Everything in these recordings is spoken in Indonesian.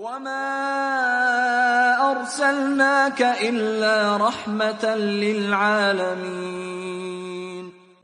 وَمَا أَرْسَلْنَاكَ إِلَّا رَحْمَةً لِلْعَالَمِينَ.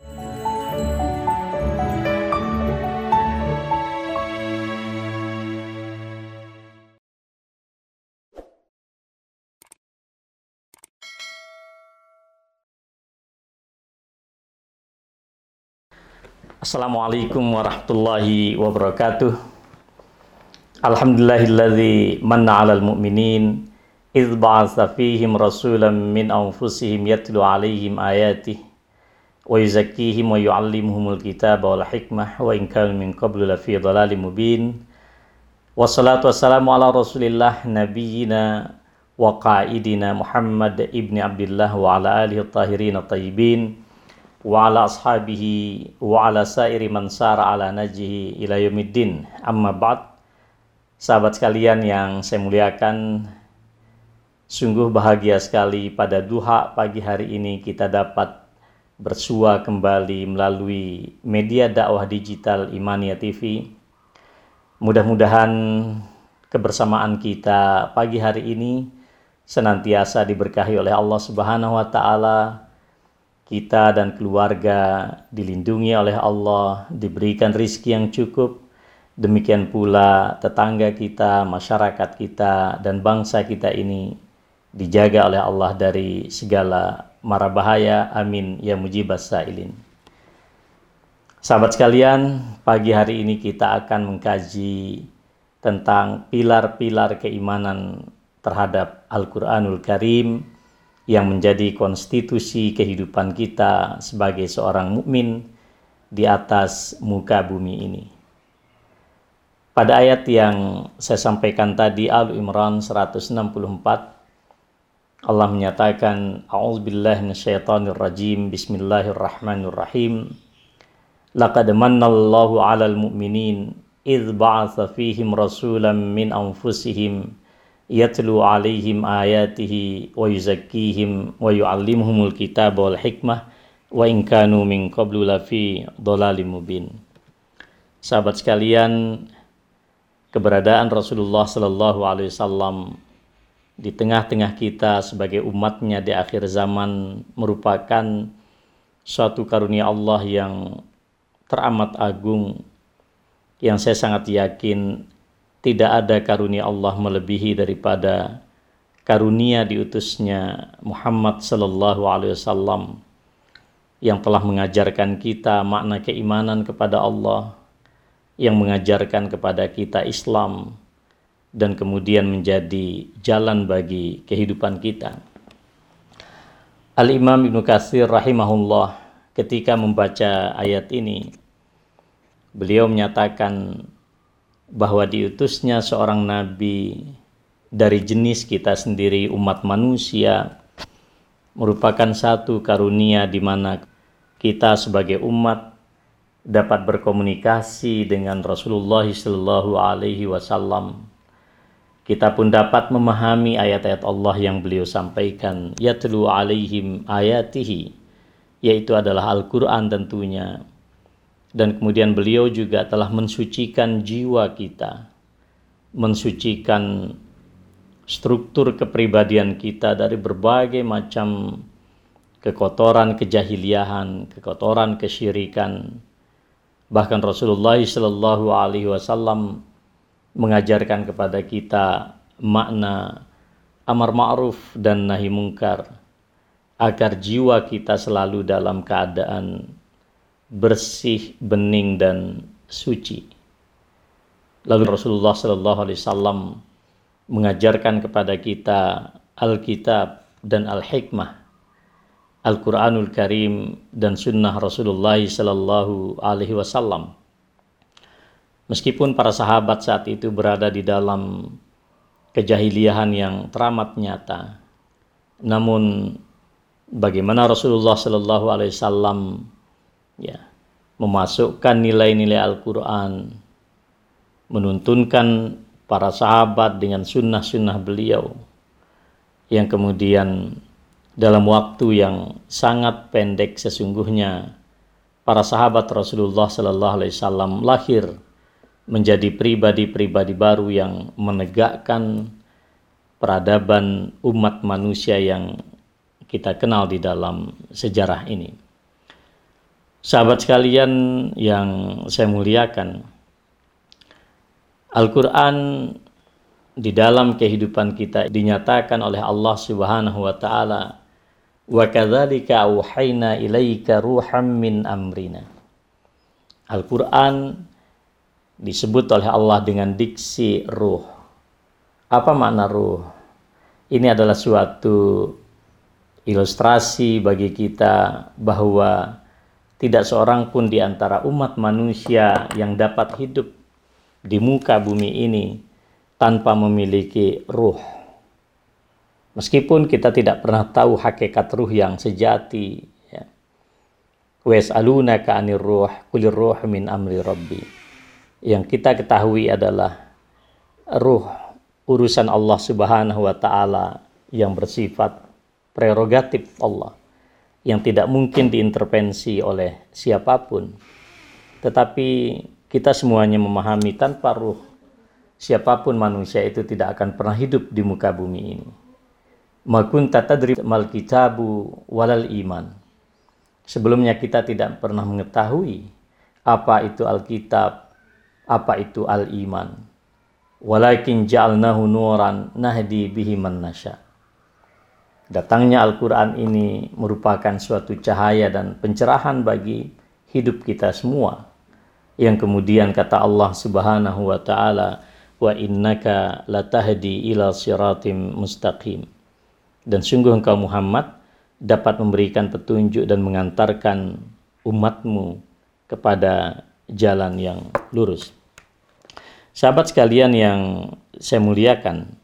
Assalamualaikum warahmatullahi wabarakatuh. Alhamdulillahilladzi manna 'alal mu'minin idz ba'atsa fihim rasulan min anfusihim yatlu 'alaihim ayatihi wa yuzakkihim wa yu'allimuhumul kitaba wal hikmah wa in kanu min qablu lafi dhalalin mubin. Wassalatu wassalamu ala Rasulillah nabiyyina wa qa'idina Muhammad ibni Abdullah wa ala alihi at-tahirin at-tayyibin wa ala ashabihi wa ala sairi man sara ala najhi ila yaumiddin. Amma ba'd. Sahabat sekalian yang saya muliakan, sungguh bahagia sekali pada duha pagi hari ini kita dapat bersua kembali melalui media dakwah digital Imania TV. Mudah-mudahan kebersamaan kita pagi hari ini senantiasa diberkahi oleh Allah Subhanahu wa taala. Kita dan keluarga dilindungi oleh Allah, diberikan rizki yang cukup. Demikian pula tetangga kita, masyarakat kita, dan bangsa kita ini dijaga oleh Allah dari segala mara bahaya. Amin ya mujibas sa'ilin. Sahabat sekalian, pagi hari ini kita akan mengkaji tentang pilar-pilar keimanan terhadap Al-Quranul Karim yang menjadi konstitusi kehidupan kita sebagai seorang mukmin di atas muka bumi ini. Pada ayat yang saya sampaikan tadi, Al-Imran 164, Allah menyatakan, A'udzubillahi minasyaitonir rajim, Bismillahirrahmanirrahim. Laqad mannallahu 'alal mu'minin idz ba'atsa fihim rasulan min anfusihim yatlu 'alaihim ayatihi wa yuzakkihim wa yu'allimuhumul kitaba wal hikmah wa in kanu min qablu lafi dhalalin mubin. Sahabat sekalian, keberadaan Rasulullah sallallahu alaihi wasallam di tengah-tengah kita sebagai umatnya di akhir zaman merupakan suatu karunia Allah yang teramat agung, yang saya sangat yakin tidak ada karunia Allah melebihi daripada karunia diutusnya Muhammad sallallahu alaihi wasallam yang telah mengajarkan kita makna keimanan kepada Allah, yang mengajarkan kepada kita Islam, dan kemudian menjadi jalan bagi kehidupan kita. Al-Imam Ibnu Katsir rahimahullah ketika membaca ayat ini, beliau menyatakan bahwa diutusnya seorang nabi dari jenis kita sendiri, umat manusia, merupakan satu karunia di mana kita sebagai umat dapat berkomunikasi dengan Rasulullah sallallahu alaihi wasallam. Kita pun dapat memahami ayat-ayat Allah yang beliau sampaikan, yatlu alaihim ayatihi, yaitu adalah Al-Quran tentunya. Dan kemudian beliau juga telah mensucikan jiwa kita, mensucikan struktur kepribadian kita dari berbagai macam kekotoran kejahiliahan, kekotoran kesyirikan. Bahkan Rasulullah sallallahu alaihi wasallam mengajarkan kepada kita makna amar ma'ruf dan nahi mungkar agar jiwa kita selalu dalam keadaan bersih, bening, dan suci. Lalu Rasulullah sallallahu alaihi wasallam mengajarkan kepada kita Alkitab dan Al-Hikmah, Al-Quranul Karim dan Sunnah Rasulullah sallallahu alaihi wasallam. Meskipun para sahabat saat itu berada di dalam kejahiliahan yang teramat nyata, namun bagaimana Rasulullah sallallahu alaihi wasallam memasukkan nilai-nilai Al-Quran, menuntunkan para sahabat dengan sunnah-sunnah beliau, yang kemudian dalam waktu yang sangat pendek sesungguhnya para sahabat Rasulullah sallallahu alaihi wasallam lahir menjadi pribadi-pribadi baru yang menegakkan peradaban umat manusia yang kita kenal di dalam sejarah ini. Sahabat sekalian yang saya muliakan, Al-Quran di dalam kehidupan kita dinyatakan oleh Allah Subhanahu wa taala, wa kadzalika auhayna ilaika ruham min amrina. Al-Quran disebut oleh Allah dengan diksi ruh. Apa makna ruh? Ini adalah suatu ilustrasi bagi kita bahwa tidak seorang pun di antara umat manusia yang dapat hidup di muka bumi ini tanpa memiliki ruh. Meskipun kita tidak pernah tahu hakikat ruh yang sejati, ya. Wa yas'alunaka 'anir ruh, qulir ruh min amri rabbi. Yang kita ketahui adalah ruh urusan Allah Subhanahu wa taala yang bersifat prerogatif Allah, yang tidak mungkin diintervensi oleh siapapun. Tetapi kita semuanya memahami tanpa ruh, siapapun manusia itu tidak akan pernah hidup di muka bumi ini. Ma kunta tadri mal kitabu walal iman. Sebelumnya kita tidak pernah mengetahui apa itu Alkitab, apa itu al-iman. Walakin ja'alnahu nuran nahdi bihi man nasya. Datangnya Al-Quran ini merupakan suatu cahaya dan pencerahan bagi hidup kita semua. Yang kemudian kata Allah Subhanahu wa ta'ala, wa innaka latahdi ila siratim mustaqim. Dan sungguh engkau Muhammad dapat memberikan petunjuk dan mengantarkan umatmu kepada jalan yang lurus. Sahabat sekalian yang saya muliakan,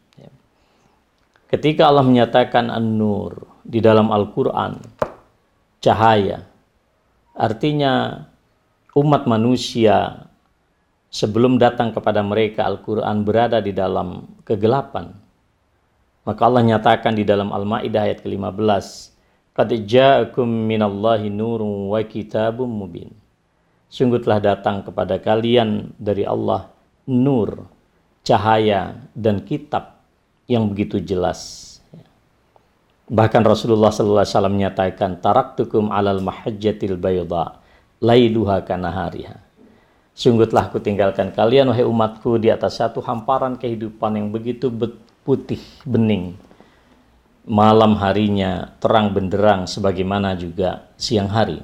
ketika Allah menyatakan An-Nur di dalam Al-Quran, cahaya, artinya umat manusia sebelum datang kepada mereka Al-Quran berada di dalam kegelapan. Maka Allah nyatakan di dalam Al-Ma'idah ayat ke-15, qad ja'akum minallahi nurun wa kitabun mubin. Sungguh telah datang kepada kalian dari Allah nur, cahaya, dan kitab yang begitu jelas. Bahkan Rasulullah SAW menyatakan, taraktukum alal mahajjatil bayda, lailuha kanahariha. Sungguh telah kutinggalkan kalian, wahai umatku, di atas satu hamparan kehidupan yang begitu putih bening. Malam harinya terang benderang sebagaimana juga siang hari.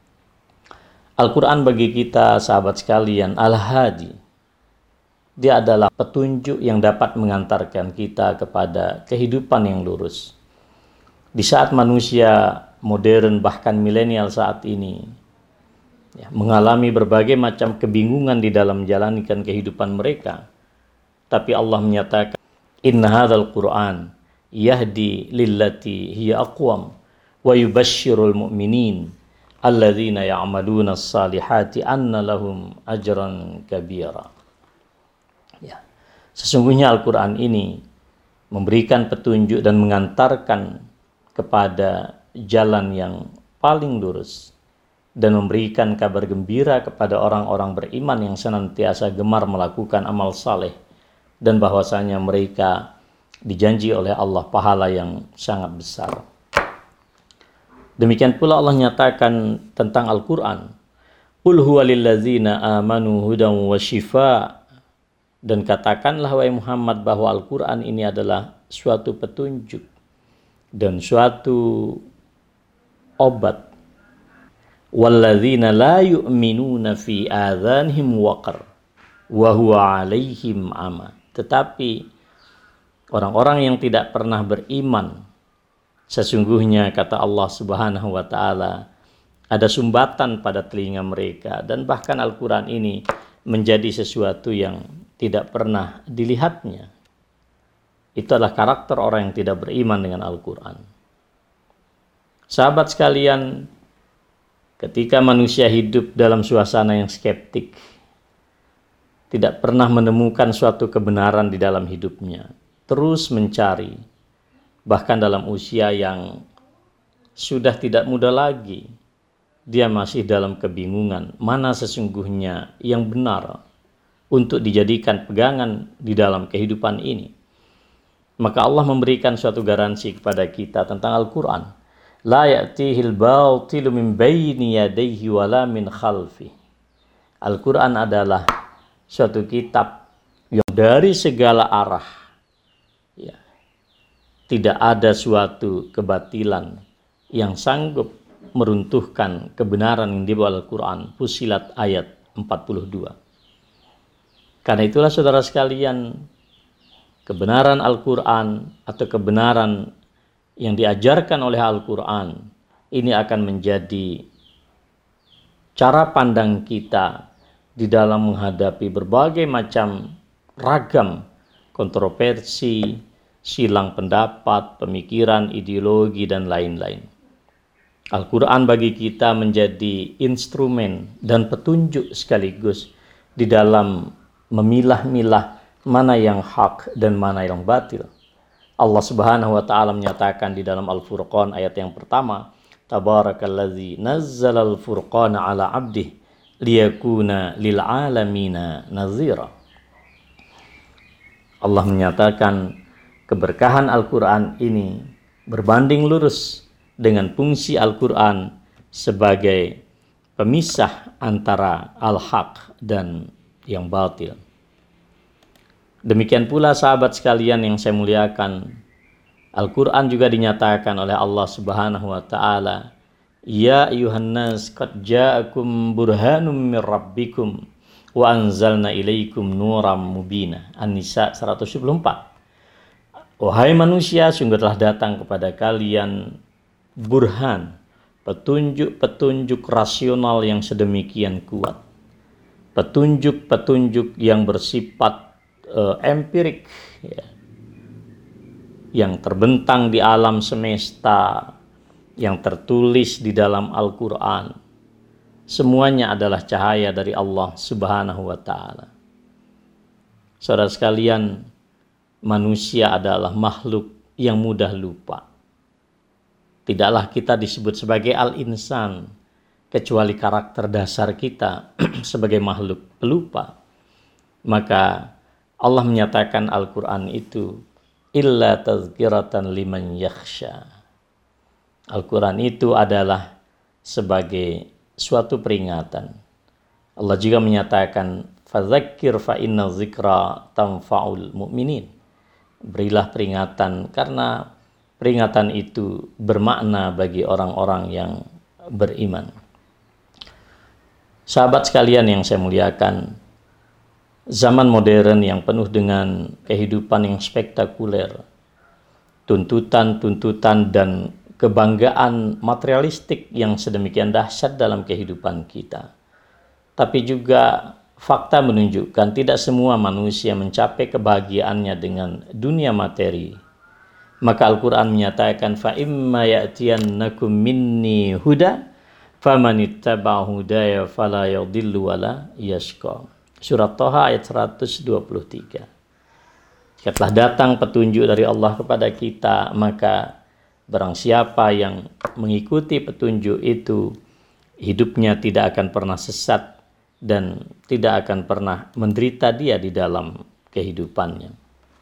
Al-Quran bagi kita, sahabat sekalian, Al-Hadi. Dia adalah petunjuk yang dapat mengantarkan kita kepada kehidupan yang lurus. Di saat manusia modern bahkan milenial saat ini mengalami berbagai macam kebingungan di dalam menjalankan kehidupan mereka, tapi Allah menyatakan, inna hadzal Qur'an yahdi lillati hiya aqwam wa yubashshirul mu'minin alladzina ya'maluna as-salihati anna lahum ajran kabira. Ya. Sesungguhnya Al-Quran ini memberikan petunjuk dan mengantarkan kepada jalan yang paling lurus dan memberikan kabar gembira kepada orang-orang beriman yang senantiasa gemar melakukan amal saleh, dan bahwasanya mereka dijanji oleh Allah pahala yang sangat besar. Demikian pula Allah nyatakan tentang Al-Quran, qul huwa lilladzina amanu hudan wa shifa. Dan katakanlah wahai Muhammad bahwa Al-Quran ini adalah suatu petunjuk dan suatu obat. Walladzina la yu'minuna fi adhanihim waqar wa huwa 'alaihim ama. Tetapi orang-orang yang tidak pernah beriman, sesungguhnya kata Allah Subhanahu wa taala, ada sumbatan pada telinga mereka, dan bahkan Al-Quran ini menjadi sesuatu yang tidak pernah dilihatnya. Itu adalah karakter orang yang tidak beriman dengan Al-Quran. Sahabat sekalian, ketika manusia hidup dalam suasana yang skeptik, tidak pernah menemukan suatu kebenaran di dalam hidupnya, terus mencari, bahkan dalam usia yang sudah tidak muda lagi, dia masih dalam kebingungan mana sesungguhnya yang benar, untuk dijadikan pegangan di dalam kehidupan ini. Maka Allah memberikan suatu garansi kepada kita tentang Al-Quran. La ya'tihil batilu min bayni yadayhi wala min khalfi. Al-Quran adalah suatu kitab yang dari segala arah, ya, tidak ada suatu kebatilan yang sanggup meruntuhkan kebenaran yang dibawa Al-Quran. Fussilat ayat 42. Karena itulah saudara sekalian, kebenaran Al-Quran atau kebenaran yang diajarkan oleh Al-Quran ini akan menjadi cara pandang kita di dalam menghadapi berbagai macam ragam kontroversi, silang pendapat, pemikiran, ideologi, dan lain-lain. Al-Quran bagi kita menjadi instrumen dan petunjuk sekaligus di dalam memilah-milah mana yang hak dan mana yang batil. Allah Subhanahu wa taala menyatakan di dalam Al-Furqan ayat yang pertama, Tabarakallazi nazzalal furqana ala abdih liyakuna lil alamina nazira. Allah menyatakan keberkahan Al-Quran ini berbanding lurus dengan fungsi Al-Quran sebagai pemisah antara al-haq dan yang batil. Demikian pula sahabat sekalian yang saya muliakan, Al-Quran juga dinyatakan oleh Allah Subhanahu wa taala, Ya ayuhan nas qad ja'akum burhanum mir rabbikum wa anzalna ilaikum nuram mubina. An-Nisa 174. Wahai manusia, sungguh telah datang kepada kalian burhan, petunjuk-petunjuk rasional yang sedemikian kuat, petunjuk-petunjuk yang bersifat empirik, ya, yang terbentang di alam semesta, yang tertulis di dalam Al-Quran. Semuanya adalah cahaya dari Allah Subhanahu wa ta'ala. Saudara sekalian, manusia adalah makhluk yang mudah lupa. Tidaklah kita disebut sebagai al-insan kecuali karakter dasar kita sebagai makhluk pelupa. Maka Allah menyatakan Al-Quran itu illa tazkiratan liman yakhsha. Al-Quran itu adalah sebagai suatu peringatan. Allah juga menyatakan fadzakir fa inna dzikra tanfa'ul mu'minin. Berilah peringatan karena peringatan itu bermakna bagi orang-orang yang beriman. Sahabat sekalian yang saya muliakan, zaman modern yang penuh dengan kehidupan yang spektakuler, tuntutan-tuntutan dan kebanggaan materialistik yang sedemikian dahsyat dalam kehidupan kita. Tapi juga fakta menunjukkan tidak semua manusia mencapai kebahagiaannya dengan dunia materi. Maka Al-Quran menyatakan, fa imma ya'tiyannakum minni huda famanittaba'a hudaya fala yadhillu wala yashqa. Surat Thaha ayat 123. Jika telah datang petunjuk dari Allah kepada kita, maka barang siapa yang mengikuti petunjuk itu, hidupnya tidak akan pernah sesat dan tidak akan pernah menderita dia di dalam kehidupannya.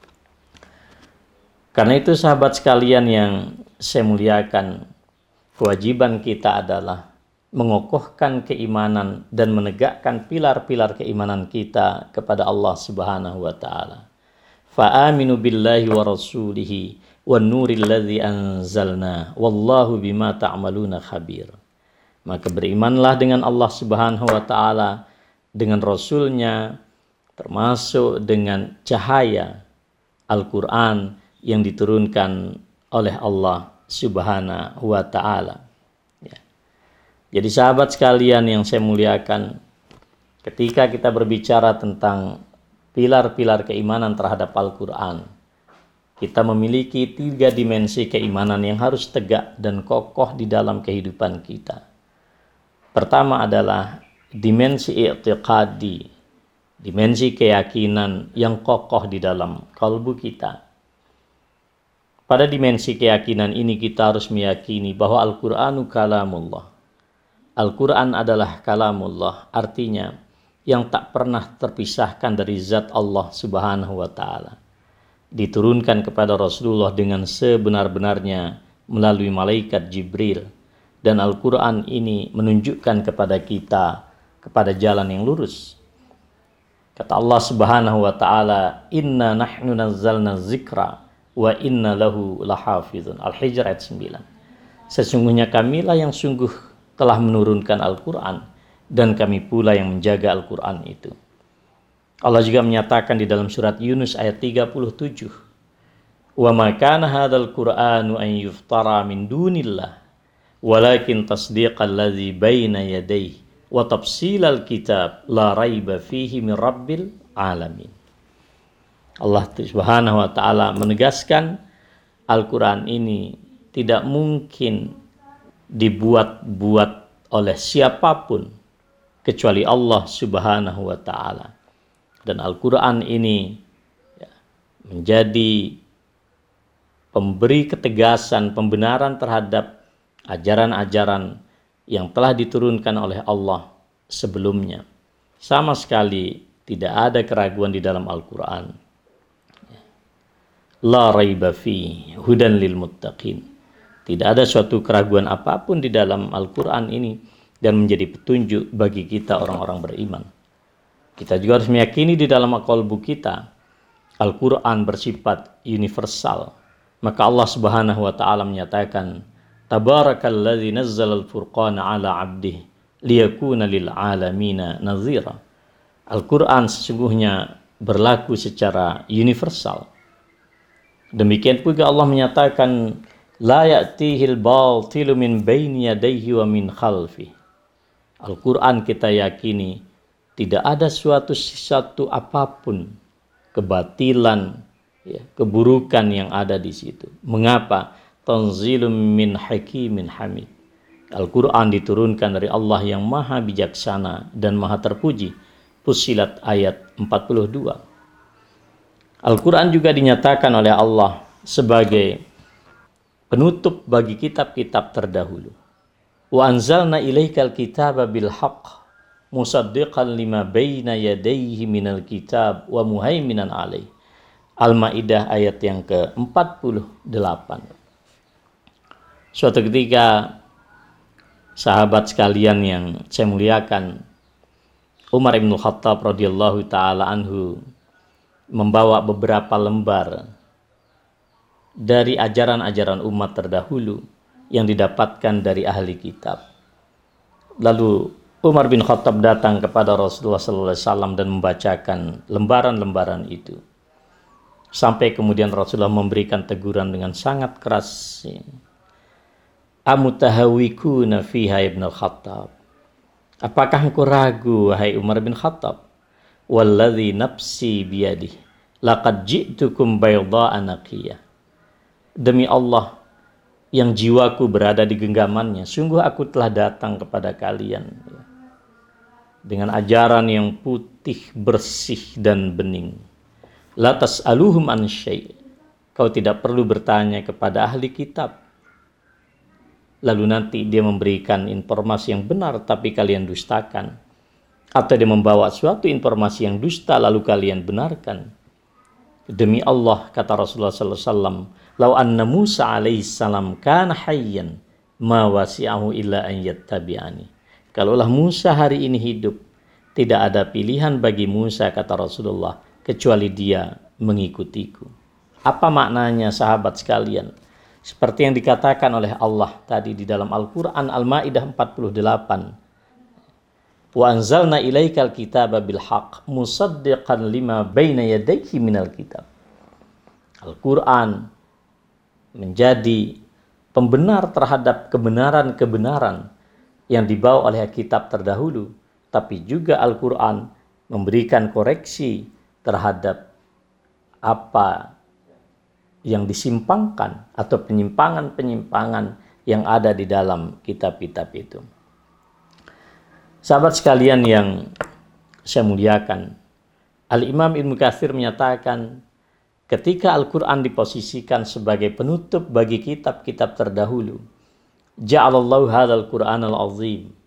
Karena itu sahabat sekalian yang saya muliakan, kewajiban kita adalah mengokohkan keimanan dan menegakkan pilar-pilar keimanan kita kepada Allah Subhanahu wa taala. Fa aminu billahi wa rasulihi wan nuril ladzi anzalna wallahu bima ta'maluna khabir. Maka berimanlah dengan Allah Subhanahu wa taala, dengan rasulnya, termasuk dengan cahaya Al-Quran yang diturunkan oleh Allah Subhanahu wa taala. Jadi sahabat sekalian yang saya muliakan, ketika kita berbicara tentang pilar-pilar keimanan terhadap Al-Quran, kita memiliki 3 dimensi keimanan yang harus tegak dan kokoh di dalam kehidupan kita. Pertama adalah dimensi i'tiqadi, dimensi keyakinan yang kokoh di dalam kalbu kita. Pada dimensi keyakinan ini kita harus meyakini bahwa Al-Qur'anu kalamullah. Al-Quran adalah kalamullah, artinya yang tak pernah terpisahkan dari zat Allah Subhanahu wa taala. Diturunkan kepada Rasulullah dengan sebenar-benarnya melalui malaikat Jibril, dan Al-Qur'an ini menunjukkan kepada kita kepada jalan yang lurus. Kata Allah Subhanahu wa taala, "Inna nahnu nazzalna dzikra wa inna lahu lahafizun." Al-Hijr ayat 9. Sesungguhnya kamilah yang sungguh telah menurunkan Al-Qur'an, dan kami pula yang menjaga Al-Qur'an itu. Allah juga menyatakan di dalam surat Yunus ayat 37, "Wa ma kana hadzal Qur'anu an yuftara min dunillah, walakin tasdiqal ladzi baina yadayhi wa tafsilal kitab la raiba fihi min rabbil alamin." Allah Subhanahu wa taala menegaskan Al-Qur'an ini tidak mungkin dibuat-buat oleh siapapun kecuali Allah Subhanahu wa taala. Dan Al-Qur'an ini menjadi pemberi ketegasan, pembenaran terhadap ajaran-ajaran yang telah diturunkan oleh Allah sebelumnya. Sama sekali tidak ada keraguan di dalam Al-Qur'an. La raiba fi hudan lil muttaqin. Tidak ada suatu keraguan apapun di dalam Al-Qur'an ini, dan menjadi petunjuk bagi kita orang-orang beriman. Kita juga harus meyakini di dalam qalbu kita Al-Qur'an bersifat universal. Maka Allah Subhanahu wa taala menyatakan, "Tabarakalladzi nazzala al-furqana 'ala 'abdihi liyakuna lil 'alamina nadhira." Al-Qur'an sesungguhnya berlaku secara universal. Demikian juga Allah menyatakan, "La ya'tihil batilu min baini yadayhi wa min khalfihi." Al-Qur'an kita yakini tidak ada sesuatu apapun kebatilan, keburukan yang ada di situ. Mengapa? Tanzilum min hakimin hamid. Al-Qur'an diturunkan dari Allah yang maha bijaksana dan maha terpuji. Fussilat ayat 42. Al-Qur'an juga dinyatakan oleh Allah sebagai penutup bagi kitab-kitab terdahulu. Wa anzalna ilaikal kitaba bil haqq musaddiqan lima baina yadayhi minal kitab wa muhaiminan alaih. Al-Maidah ayat yang ke-48. Suatu ketika, sahabat sekalian yang saya muliakan, Umar bin Khattab radhiyallahu taala anhu membawa beberapa lembar dari ajaran-ajaran umat terdahulu yang didapatkan dari ahli kitab. Lalu Umar bin Khattab datang kepada Rasulullah SAW dan membacakan lembaran-lembaran itu. Sampai kemudian Rasulullah memberikan teguran dengan sangat keras. "Amutahawikuna fiha ibn al-Khattab." Apakah engkau ragu, wahai Umar bin Khattab? "Walladzi nafsi biyadih, laqad ji'tukum bayda'a naqiyah." Demi Allah yang jiwaku berada di genggamannya, sungguh aku telah datang kepada kalian dengan ajaran yang putih, bersih dan bening. La tas'aluhum an syai'. Kau tidak perlu bertanya kepada ahli kitab. Lalu nanti dia memberikan informasi yang benar tapi kalian dustakan. Atau dia membawa suatu informasi yang dusta lalu kalian benarkan. Demi Allah, kata Rasulullah SAW, "Lau anna Musa alaihissalam kana hayyan ma wasi'ahu illa an yattabi'ani." Kalaulah Musa hari ini hidup, tidak ada pilihan bagi Musa, kata Rasulullah, kecuali dia mengikutiku. Apa maknanya, sahabat sekalian? Seperti yang dikatakan oleh Allah tadi di dalam Al-Quran Al-Ma'idah 48. Wa anzalna ilaikal kitaba bil haqq musaddiqan lima baina yadayhi minal kitab. Al-Quran menjadi pembenar terhadap kebenaran-kebenaran yang dibawa oleh kitab terdahulu, tapi juga Al-Quran memberikan koreksi terhadap apa yang disimpangkan atau penyimpangan-penyimpangan yang ada di dalam kitab-kitab itu. Sahabat sekalian yang saya muliakan, Al-Imam Ibnu Katsir menyatakan ketika Al-Quran diposisikan sebagai penutup bagi kitab-kitab terdahulu, ja'alallahu hadzal Qur'anal azim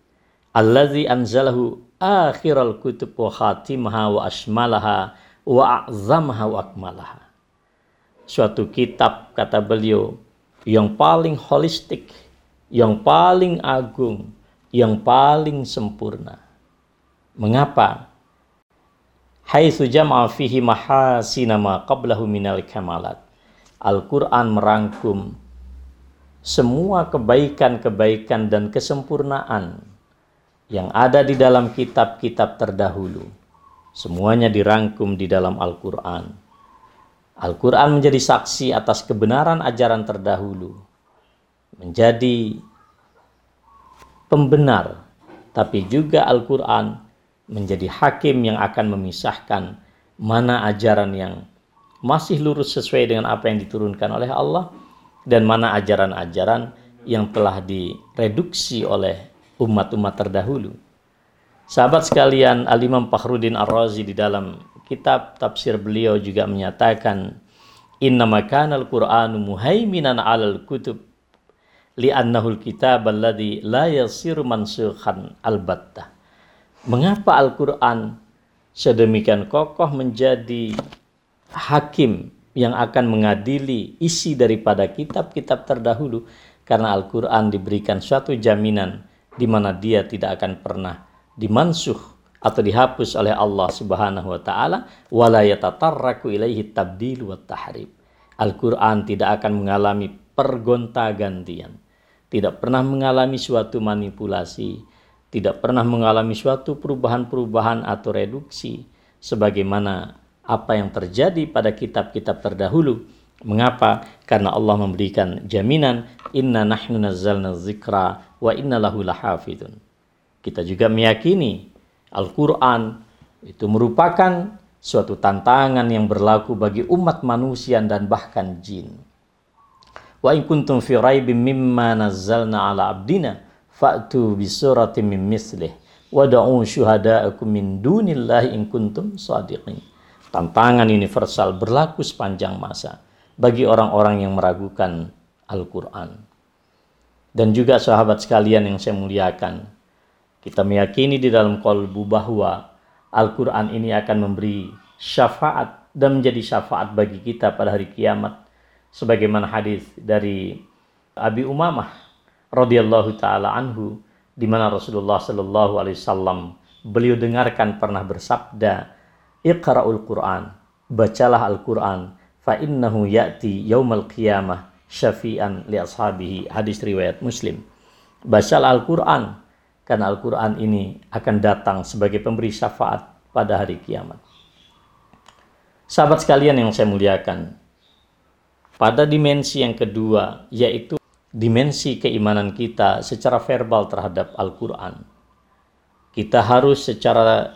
Allazi anzalahu akhiral kutub wa khatimaha wa ashmalaha wa a'zamaha wa akmalaha. Suatu kitab, kata beliau, yang paling holistik, yang paling agung, yang paling sempurna. Mengapa? Haitsu jama'a fihi mahasina ma qablahu minal kamalat. Al-Quran merangkum semua kebaikan-kebaikan dan kesempurnaan yang ada di dalam kitab-kitab terdahulu. Semuanya dirangkum di dalam Al-Quran. Al-Quran menjadi saksi atas kebenaran ajaran terdahulu. Menjadi pembenar. Tapi juga Al-Quran menjadi hakim yang akan memisahkan mana ajaran yang masih lurus sesuai dengan apa yang diturunkan oleh Allah, dan mana ajaran-ajaran yang telah direduksi oleh umat-umat terdahulu. Sahabat sekalian, Al-Imam Fakhruddin Ar-Razi di dalam kitab tafsir beliau juga menyatakan, innama kana al-Qur'anu muhaiminan 'alal kutub li'annahu al-kitab alladhi la yasiru mansukhan albattah. Mengapa Al-Qur'an sedemikian kokoh menjadi hakim yang akan mengadili isi daripada kitab-kitab terdahulu? Karena Al-Quran diberikan suatu jaminan di mana dia tidak akan pernah dimansuh atau dihapus oleh Allah Subhanahu wa taala, wala yatatarraku ilaihi tabdil wa tahrif. Al-Quran tidak akan mengalami pergonta-gantian, tidak pernah mengalami suatu manipulasi, tidak pernah mengalami suatu perubahan-perubahan atau reduksi sebagaimana apa yang terjadi pada kitab-kitab terdahulu. Mengapa? Karena Allah memberikan jaminan, inna nahnu nazzalna dzikra wa inna lahu lahafidun. Kita juga meyakini Al-Quran itu merupakan suatu tantangan yang berlaku bagi umat manusia dan bahkan jin. Wa in kuntum fi raibim mimma nazzalna ala abdina fa'tu bi suratin min mislih wad'u syuhada'akum min dunillahi in kuntum shadiqin. Tantangan universal berlaku sepanjang masa bagi orang-orang yang meragukan Al-Quran. Dan juga sahabat sekalian yang saya muliakan, kita meyakini di dalam qalbu bahwa Al-Quran ini akan memberi syafaat dan menjadi syafaat bagi kita pada hari kiamat. Sebagaimana hadis dari Abi Umamah radhiyallahu taala anhu, di mana Rasulullah sallallahu alaihi wasallam beliau dengarkan pernah bersabda, Iqra'ul Qur'an, bacalah Al-Quran, fa innahu ya'ti yaumal qiyamah syafi'an li ashabihi. Hadis riwayat Muslim. Bacalah Al-Quran, karena Al-Quran ini akan datang sebagai pemberi syafaat pada hari kiamat. Sahabat sekalian yang saya muliakan, pada dimensi yang kedua, yaitu dimensi keimanan kita secara verbal terhadap Al-Quran, kita harus secara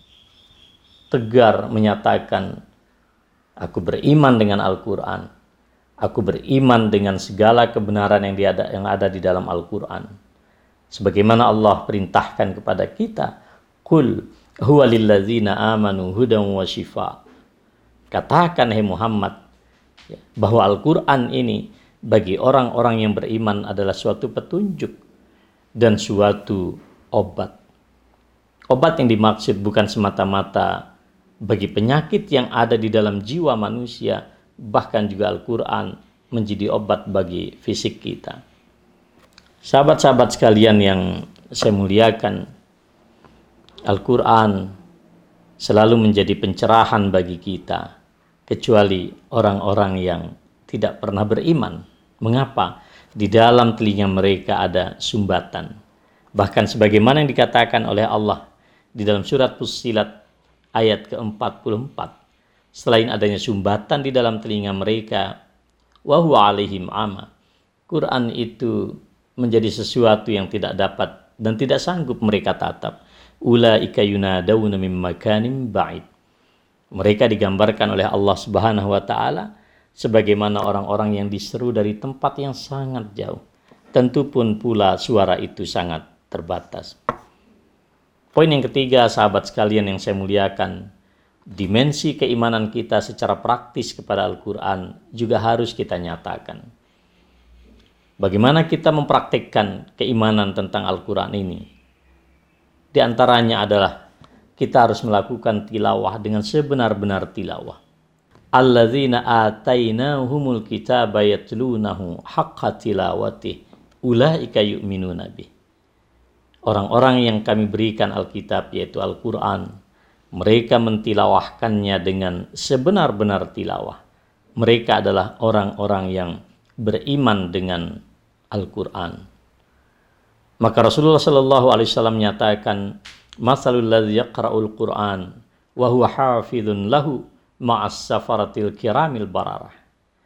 tegar menyatakan, aku beriman dengan Al-Quran, aku beriman dengan segala kebenaran yang ada di dalam Al-Quran. Sebagaimana Allah perintahkan kepada kita, Qul huwa lilladzina amanu hudan wa shifa. Katakan, hai Muhammad, bahwa Al-Quran ini bagi orang-orang yang beriman adalah suatu petunjuk dan suatu obat. Obat yang dimaksud bukan semata-mata bagi penyakit yang ada di dalam jiwa manusia, bahkan juga Al-Quran menjadi obat bagi fisik kita. Sahabat-sahabat sekalian yang saya muliakan, Al-Quran selalu menjadi pencerahan bagi kita, kecuali orang-orang yang tidak pernah beriman. Mengapa? Di dalam telinga mereka ada sumbatan. Bahkan sebagaimana yang dikatakan oleh Allah di dalam surat Fussilat ayat ke-44, selain adanya sumbatan di dalam telinga mereka, wa huwa alaihim ama, Quran itu menjadi sesuatu yang tidak dapat dan tidak sanggup mereka tatap. Ulaika yunadawna min makanin ba'id. Mereka digambarkan oleh Allah Subhanahu wa taala sebagaimana orang-orang yang diseru dari tempat yang sangat jauh. Tentu pun pula suara itu sangat terbatas. Poin yang ketiga, sahabat sekalian yang saya muliakan, dimensi keimanan kita secara praktis kepada Al-Quran juga harus kita nyatakan. Bagaimana kita mempraktikkan keimanan tentang Al-Quran ini? Di antaranya adalah kita harus melakukan tilawah dengan sebenar-benar tilawah. Alladzina atainahumul kitaba yatlunahu haqqa tilawatih ulaika yu'minuna bih. Orang-orang yang kami berikan Alkitab yaitu Al-Quran, mereka mentilawahkannya dengan sebenar-benar tilawah. Mereka adalah orang-orang yang beriman dengan Al-Quran. Maka Rasulullah SAW menyatakan, "Matsalul ladzi yaqra'ul Qur'an wa huwa hafizun lahu ma'as safaratil kiramil bararah."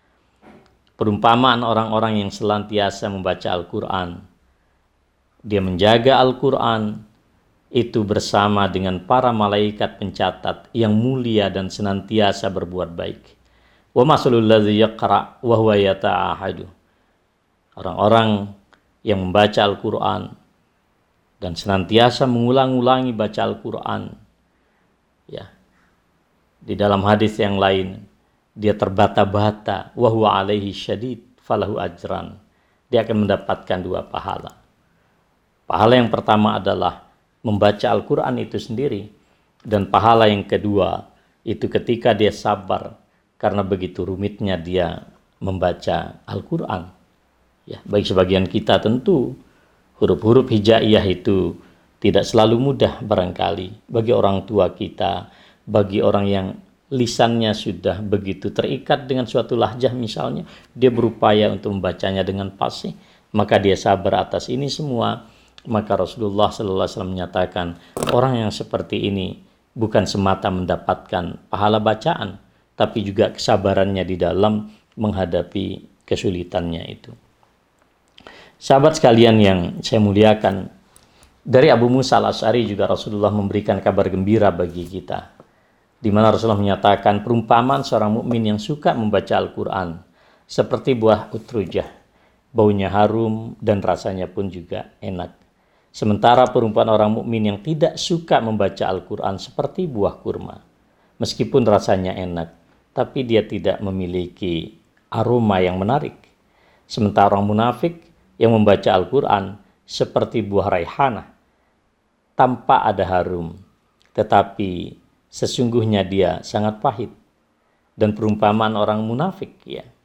Perumpamaan orang-orang yang senantiasa membaca Al-Quran, dia menjaga Al-Quran itu bersama dengan para malaikat pencatat yang mulia dan senantiasa berbuat baik. Wa masalul ladzi yaqra' wa huwa yata'ahadu. Orang-orang yang membaca Al-Quran dan senantiasa mengulang-ulangi baca Al-Quran, ya. Di dalam hadis yang lain, dia terbata-bata, wa huwa alaihi syadid falahu ajran. Dia akan mendapatkan 2 pahala. Pahala yang pertama adalah membaca Al-Quran itu sendiri, dan pahala yang kedua itu ketika dia sabar karena begitu rumitnya dia membaca Al-Quran. Ya, bagi sebagian kita tentu huruf-huruf hijaiyah itu tidak selalu mudah barangkali. Bagi orang tua kita, bagi orang yang lisannya sudah begitu terikat dengan suatu lahjah misalnya, dia berupaya untuk membacanya dengan fasih, maka dia sabar atas ini semua. Maka Rasulullah SAW menyatakan, orang yang seperti ini bukan semata mendapatkan pahala bacaan, tapi juga kesabarannya di dalam menghadapi kesulitannya itu. Sahabat sekalian yang saya muliakan, dari Abu Musa al-Asy'ari juga Rasulullah memberikan kabar gembira bagi kita, di mana Rasulullah menyatakan perumpamaan seorang mukmin yang suka membaca Al-Quran seperti buah utrujah, baunya harum dan rasanya pun juga enak. Sementara perumpamaan orang mukmin yang tidak suka membaca Al-Quran seperti buah kurma, meskipun rasanya enak, tapi dia tidak memiliki aroma yang menarik. Sementara orang munafik yang membaca Al-Quran seperti buah raihanah, tanpa ada harum, tetapi sesungguhnya dia sangat pahit. Dan perumpamaan orang munafik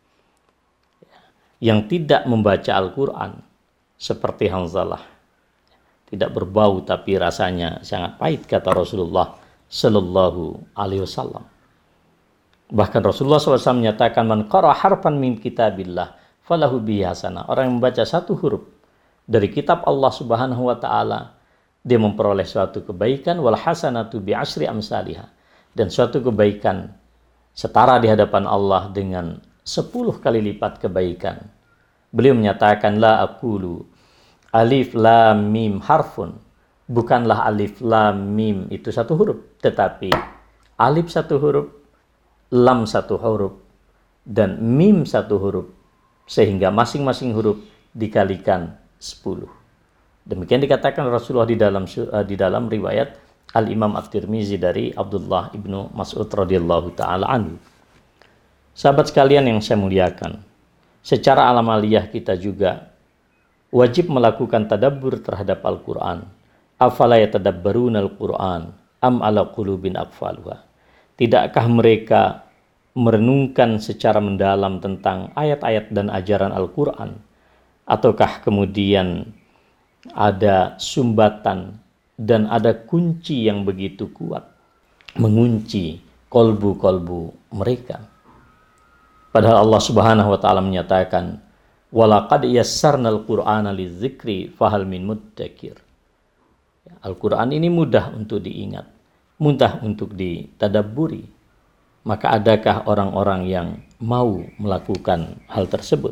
yang tidak membaca Al-Quran seperti Hanzalah, tidak berbau tapi rasanya sangat pahit, kata Rasulullah Sallallahu Alaihi Wasallam. Bahkan Rasulullah SAW menyatakan, man qara harfan min kitabillah falahu bihi hasanah. Orang yang membaca 1 huruf dari kitab Allah Subhanahu wa taala, dia memperoleh suatu kebaikan, wal hasanatu bi asyri amsalihah, dan suatu kebaikan setara di hadapan Allah dengan 10 kali lipat kebaikan. Beliau menyatakan, la aqulu alif lam mim harfun, bukanlah alif lam mim itu 1 huruf, tetapi alif 1 huruf, lam 1 huruf, dan mim 1 huruf, sehingga masing-masing huruf dikalikan 10. Demikian dikatakan Rasulullah di dalam riwayat Al-Imam At-Tirmizi dari Abdullah ibnu Mas'ud radhiyallahu ta'ala anhu. Sahabat sekalian yang saya muliakan, secara amaliyah kita juga wajib melakukan tadabbur terhadap Al-Quran. Afala yatadabbaruna Al-Quran am ala qulubin aqfaluha. Tidakkah mereka merenungkan secara mendalam tentang ayat-ayat dan ajaran Al-Quran, ataukah kemudian ada sumbatan dan ada kunci yang begitu kuat mengunci kolbu-kolbu mereka? Padahal Allah Subhanahu wa taala menyatakan, walaqad yassarnal Qur'ana lidzikri fahal min muddakir. Al-Quran ini mudah untuk diingat, mudah untuk ditadabburi. Maka adakah orang-orang yang mau melakukan hal tersebut?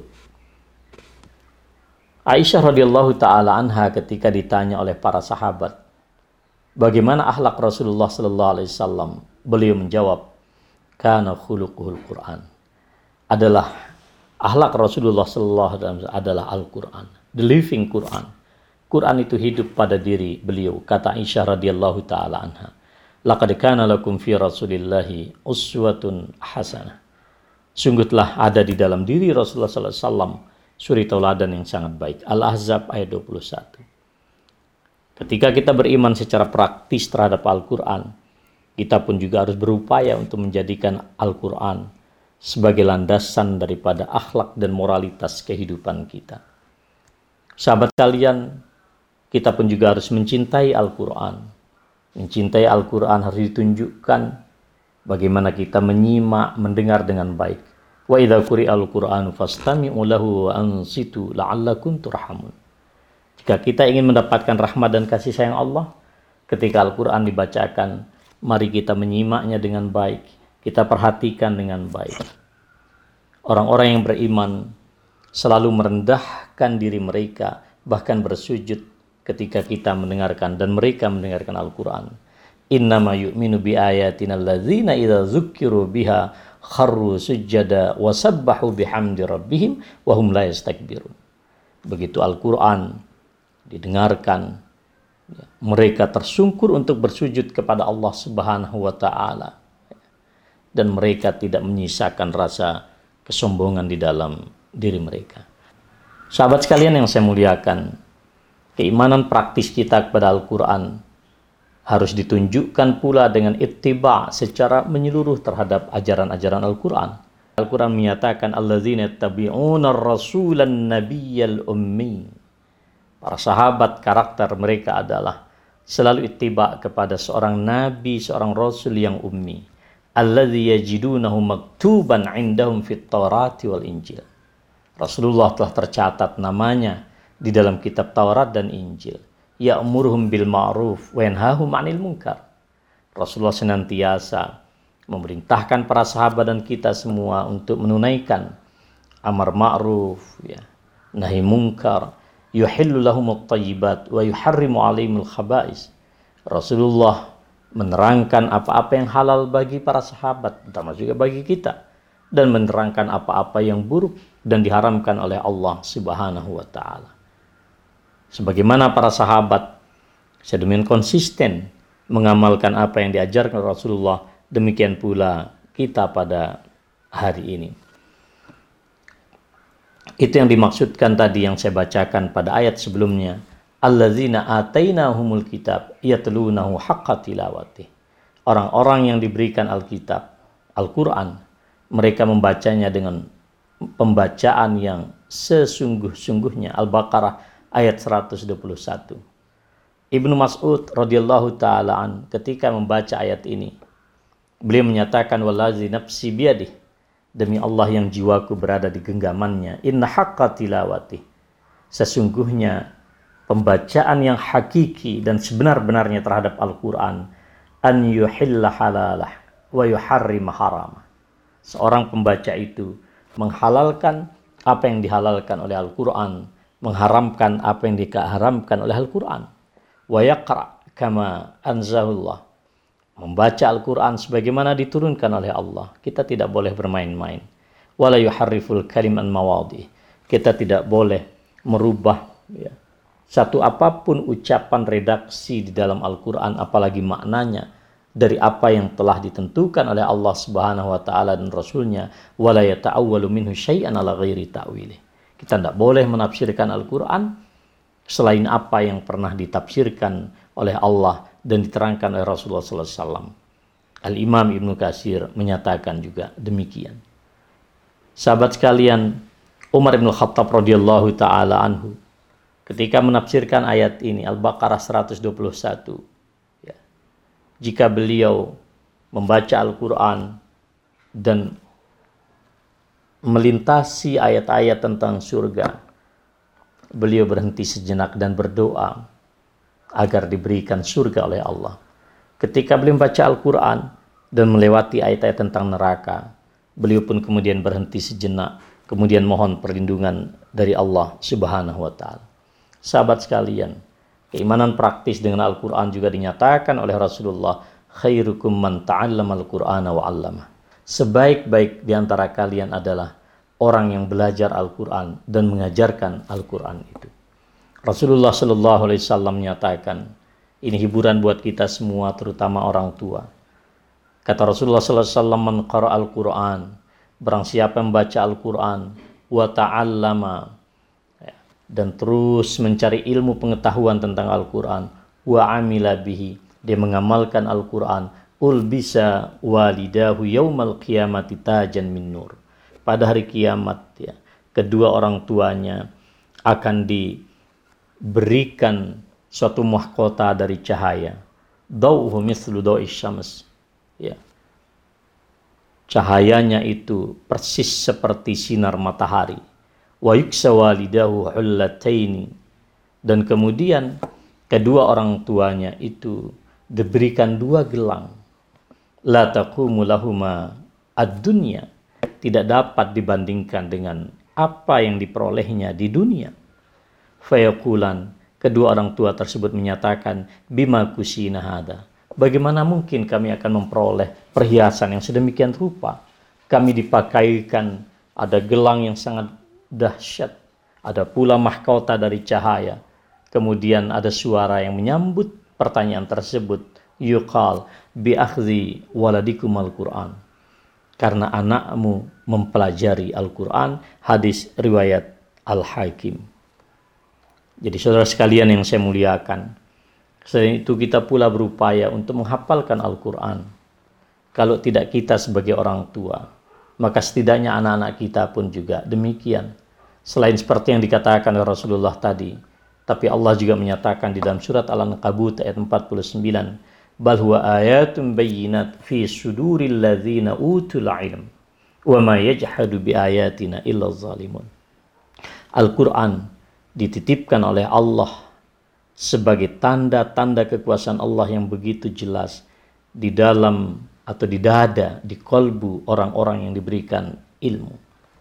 Aisyah radhiyallahu ta'ala anha ketika ditanya oleh para sahabat, bagaimana akhlak Rasulullah sallallahu alaihi wasallam? Beliau menjawab, kana khuluquhul Qur'an. Adalah akhlak Rasulullah sallallahu alaihi wasallam adalah Al-Quran, the living Quran. Quran itu hidup pada diri beliau, kata Aisyah radhiyallahu ta'ala anha. Laqad kana lakum fi Rasulillahi uswatun hasanah. Sungguh telah ada di dalam diri Rasulullah sallallahu alaihi wasallam suri tauladan yang sangat baik. Al-Ahzab ayat 21. Ketika kita beriman secara praktis terhadap Al-Quran, kita pun juga harus berupaya untuk menjadikan Al-Quran sebagai landasan daripada akhlak dan moralitas kehidupan kita. Sahabat kalian, kita pun juga harus mencintai Al-Quran. Mencintai Al-Quran harus ditunjukkan bagaimana kita menyimak, mendengar dengan baik. Wa idza quri'al Qur'anu fastami'u lahu wa ansitu la'allakum turhamun. Jika kita ingin mendapatkan rahmat dan kasih sayang Allah, ketika Al-Quran dibacakan, mari kita menyimaknya dengan baik, kita perhatikan dengan baik. Orang-orang yang beriman selalu merendahkan diri mereka, bahkan bersujud ketika kita mendengarkan dan mereka mendengarkan Al-Quran. Innama yu'minu bi ayatina alladzina idza dzukkiru biha kharru sujada wa sabbahu bihamdi rabbihim wa hum la yastakbirun. Begitu Al-Quran didengarkan, mereka tersungkur untuk bersujud kepada Allah Subhanahu wa taala, dan mereka tidak menyisakan rasa kesombongan di dalam diri mereka. Sahabat sekalian yang saya muliakan, keimanan praktis kita kepada Al-Quran harus ditunjukkan pula dengan ittiba secara menyeluruh terhadap ajaran-ajaran Al-Quran. Al-Quran menyatakan alladzina yattabi'una ar-rasulan nabiyyal ummi. Para sahabat karakter mereka adalah selalu ittiba kepada seorang nabi, seorang rasul yang ummi. Alladzi yajidunahu maktuban 'indahum fit Taurati wal Injil. Rasulullah telah tercatat namanya di dalam kitab Taurat dan Injil. Ya'muruhum bil ma'ruf wa yanhahum 'anil munkar. Rasulullah senantiasa memerintahkan para sahabat dan kita semua untuk menunaikan amar ma'ruf, nahi munkar, yuhillu lahumut thayyibat wa yuharrimu 'alaihimul khaba'is. Rasulullah menerangkan apa-apa yang halal bagi para sahabat, termasuk juga bagi kita, dan menerangkan apa-apa yang buruk dan diharamkan oleh Allah Subhanahu wa taala. Sebagaimana para sahabat sedemikian konsisten mengamalkan apa yang diajarkan Rasulullah, demikian pula kita pada hari ini. Itu yang dimaksudkan tadi yang saya bacakan pada ayat sebelumnya. Alladzina atainahumul kitab yatlunahu haqqa tilawatih. Orang-orang yang diberikan Alkitab, Al-Quran, mereka membacanya dengan pembacaan yang sesungguh-sungguhnya. Al-Baqarah ayat 121. Ibnu Mas'ud radhiyallahu ta'ala an ketika membaca ayat ini, beliau menyatakan wallazi nafsi biyadih, demi Allah yang jiwaku berada di genggamannya, inna haqqa tilawati, sesungguhnya pembacaan yang hakiki dan sebenar-benarnya terhadap Al-Quran, an yuhilla halalah wa yuharrima haramah. Seorang pembaca itu menghalalkan apa yang dihalalkan oleh Al-Quran, mengharamkan apa yang diharamkan oleh Al-Quran. Wa yaqra' kama anzalullah, membaca Al-Quran sebagaimana diturunkan oleh Allah. Kita tidak boleh bermain-main. Wala yuharriful kalim an mawadih, kita tidak boleh merubah satu apapun ucapan redaksi di dalam Al-Quran, apalagi maknanya dari apa yang telah ditentukan oleh Allah Subhanahu wa taala dan Rasulnya. Wala yata'awwalu minhu syai'an ala ghairi ta'wilih, kita tidak boleh menafsirkan Al-Quran selain apa yang pernah ditafsirkan oleh Allah dan diterangkan oleh Rasulullah SAW. Al-Imam Ibnu Katsir menyatakan juga demikian. Sahabat sekalian, Umar bin Khattab radhiyallahu ta'ala anhu ketika menafsirkan ayat ini, Al-Baqarah 121, jika beliau membaca Al-Quran dan melintasi ayat-ayat tentang surga, beliau berhenti sejenak dan berdoa agar diberikan surga oleh Allah. Ketika beliau membaca Al-Quran dan melewati ayat-ayat tentang neraka, beliau pun kemudian berhenti sejenak, kemudian mohon perlindungan dari Allah Subhanahu wa ta'ala. Sahabat sekalian, keimanan praktis dengan Al-Quran juga dinyatakan oleh Rasulullah, khairukum man ta'allama al-Qur'ana wa 'allamah. Sebaik-baik di antara kalian adalah orang yang belajar Al-Quran dan mengajarkan Al-Quran itu. Rasulullah Shallallahu Alaihi Wasallam menyatakan, ini hiburan buat kita semua, terutama orang tua. Kata Rasulullah Sallallahu Alaihi Wasallam, man qara al-Quran, barang siapa yang membaca Al-Quran, wa ta'allama, dan terus mencari ilmu pengetahuan tentang Al-Quran, wa amila bihi, dia mengamalkan Al-Quran, ulbisa walidahu yaumal qiyamati tajan min nur. Pada hari kiamat ya, kedua orang tuanya akan diberikan suatu mahkota dari cahaya. Dauhu mislu dawi syams. Ya. Cahayanya itu persis seperti sinar matahari. Wa yuksa walidahu hullataini, dan kemudian kedua orang tuanya itu diberikan dua gelang. La taqumu lahuma ad-dunya, tidak dapat dibandingkan dengan apa yang diperolehnya di dunia. Fayaqulan, kedua orang tua tersebut menyatakan, bima kusina hada, bagaimana mungkin kami akan memperoleh perhiasan yang sedemikian rupa? Kami dipakaikan ada gelang yang sangat dahsyat, ada pula mahkota dari cahaya. Kemudian ada suara yang menyambut pertanyaan tersebut, yuqal bi akhdhi waladikum al-Quran, karena anakmu mempelajari Al-Quran. Hadis riwayat Al-Hakim. Jadi saudara sekalian yang saya muliakan, selain itu kita pula berupaya untuk menghafalkan Al-Quran. Kalau tidak kita sebagai orang tua, maka setidaknya anak-anak kita pun juga demikian. Selain seperti yang dikatakan oleh Rasulullah tadi, tapi Allah juga menyatakan di dalam surat Al-Ankabut ayat 49, bal huwa ayatun bayyinat fi suduril ladzina utul ilm wa ma yajhadu bi ayatina illa zalimun. Al-Quran dititipkan oleh Allah sebagai tanda-tanda kekuasaan Allah yang begitu jelas di dalam atau di dada, di kolbu orang-orang yang diberikan ilmu.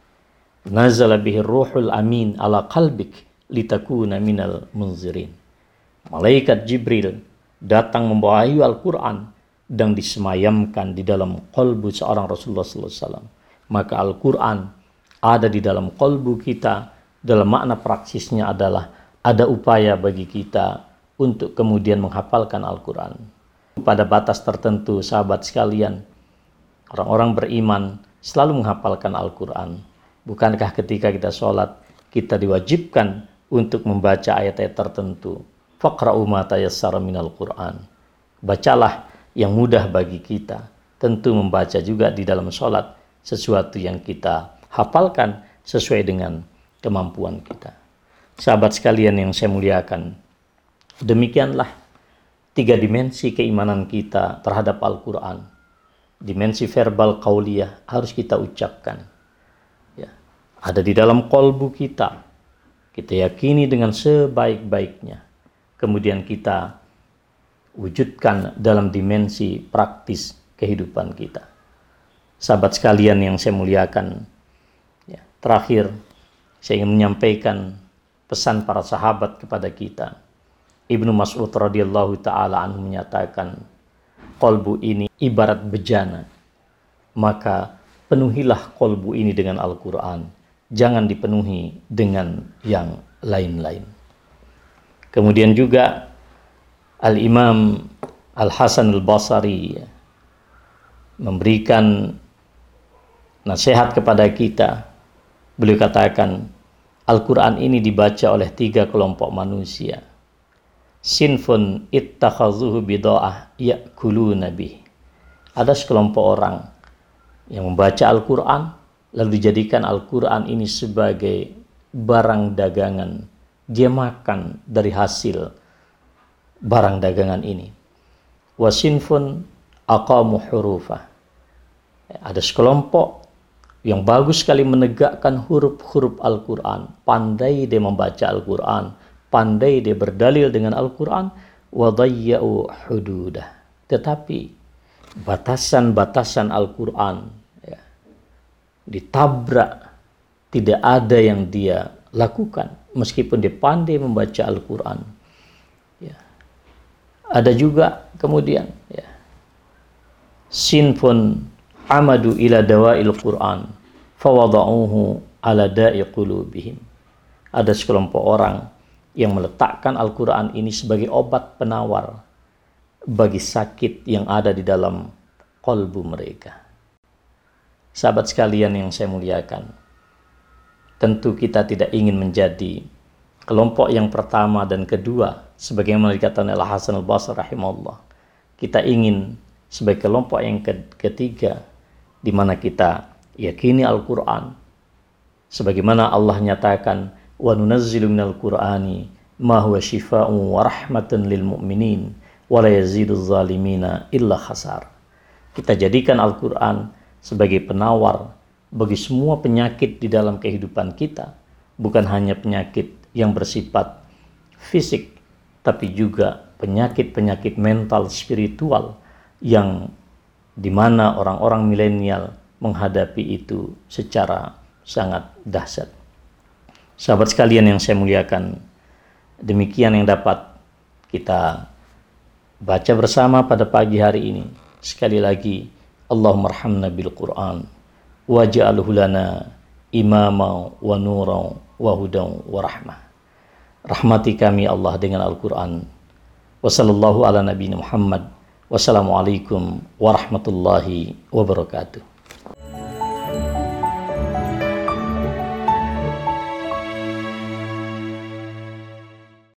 Nazala bihi ruhul amin ala qalbik litakuna minal munzirin. Malaikat Jibril datang membawa Al-Quran dan disemayamkan di dalam kolbu seorang Rasulullah SAW. Maka Al-Quran ada di dalam kolbu kita. Dalam makna praksisnya adalah ada upaya bagi kita untuk kemudian menghafalkan Al-Quran. Pada batas tertentu, sahabat sekalian, orang-orang beriman selalu menghafalkan Al-Quran. Bukankah ketika kita sholat, kita diwajibkan untuk membaca ayat-ayat tertentu? Faqra'u ma tayassara minal Qur'an. Bacalah yang mudah bagi kita. Tentu membaca juga di dalam sholat sesuatu yang kita hafalkan sesuai dengan kemampuan kita. Sahabat sekalian yang saya muliakan, demikianlah 3 dimensi keimanan kita terhadap Al-Quran. Dimensi verbal qauliyah harus kita ucapkan. Ya, ada di dalam kolbu kita. Kita yakini dengan sebaik-baiknya. Kemudian kita wujudkan dalam dimensi praktis kehidupan kita. Sahabat sekalian yang saya muliakan, ya, terakhir saya ingin menyampaikan pesan para sahabat kepada kita. Ibnu Mas'ud radhiyallahu ta'ala anhu menyatakan, kolbu ini ibarat bejana, maka penuhilah kolbu ini dengan Al-Quran. Jangan dipenuhi dengan yang lain-lain. Kemudian juga Al-Imam Al-Hasan Al-Basri memberikan nasihat kepada kita. Beliau katakan, Al-Quran ini dibaca oleh 3 kelompok manusia. Sinfun ittakhazuhu bida'ah ya'kuluna bih. Ada sekelompok orang yang membaca Al-Quran lalu dijadikan Al-Quran ini sebagai barang dagangan. Dia makan dari hasil barang dagangan ini. Wasinfun aqamu hurufah. Ada sekelompok yang bagus sekali menegakkan huruf-huruf Al-Quran. Pandai dia membaca Al-Quran. Pandai dia berdalil dengan Al-Quran. Wadayya'u hududah. Tetapi batasan-batasan Al-Quran ya, ditabrak. Tidak ada yang dia lakukan. Meskipun dia pandai membaca Al-Quran. Ya. Ada juga kemudian ya, sinfun amadu ila dawa'il Qur'an fawada'uhu ala da'i qulubihim. Ada sekelompok orang yang meletakkan Al-Quran ini sebagai obat penawar bagi sakit yang ada di dalam kolbu mereka. Sahabat sekalian yang saya muliakan, tentu kita tidak ingin menjadi kelompok yang pertama dan kedua, sebagaimana dikatakan oleh Hasan al-Basri rahimahullah, kita ingin sebagai kelompok yang ketiga, di mana kita yakini Al-Quran, sebagaimana Allah nyatakan, wa nunazzilu minal Qur'ani ma huwa shifaa'un wa rahmatan lil mu'minin wa la yaziduz zalimina illa khasar. Kita jadikan Al-Quran sebagai penawar bagi semua penyakit di dalam kehidupan kita, bukan hanya penyakit yang bersifat fisik, tapi juga penyakit-penyakit mental spiritual yang dimana orang-orang milenial menghadapi itu secara sangat dahsyat. Sahabat sekalian yang saya muliakan, demikian yang dapat kita baca bersama pada pagi hari ini. Sekali lagi, Allahumma arhamna bil Qur'an waj'alhu lana imama wa nuran wa hudan wa rahmah. Rahmati kami Allah dengan Al-Quran. Wa sallallahu ala nabiyina Muhammad. Wassalamualaikum warahmatullahi wabarakatuh.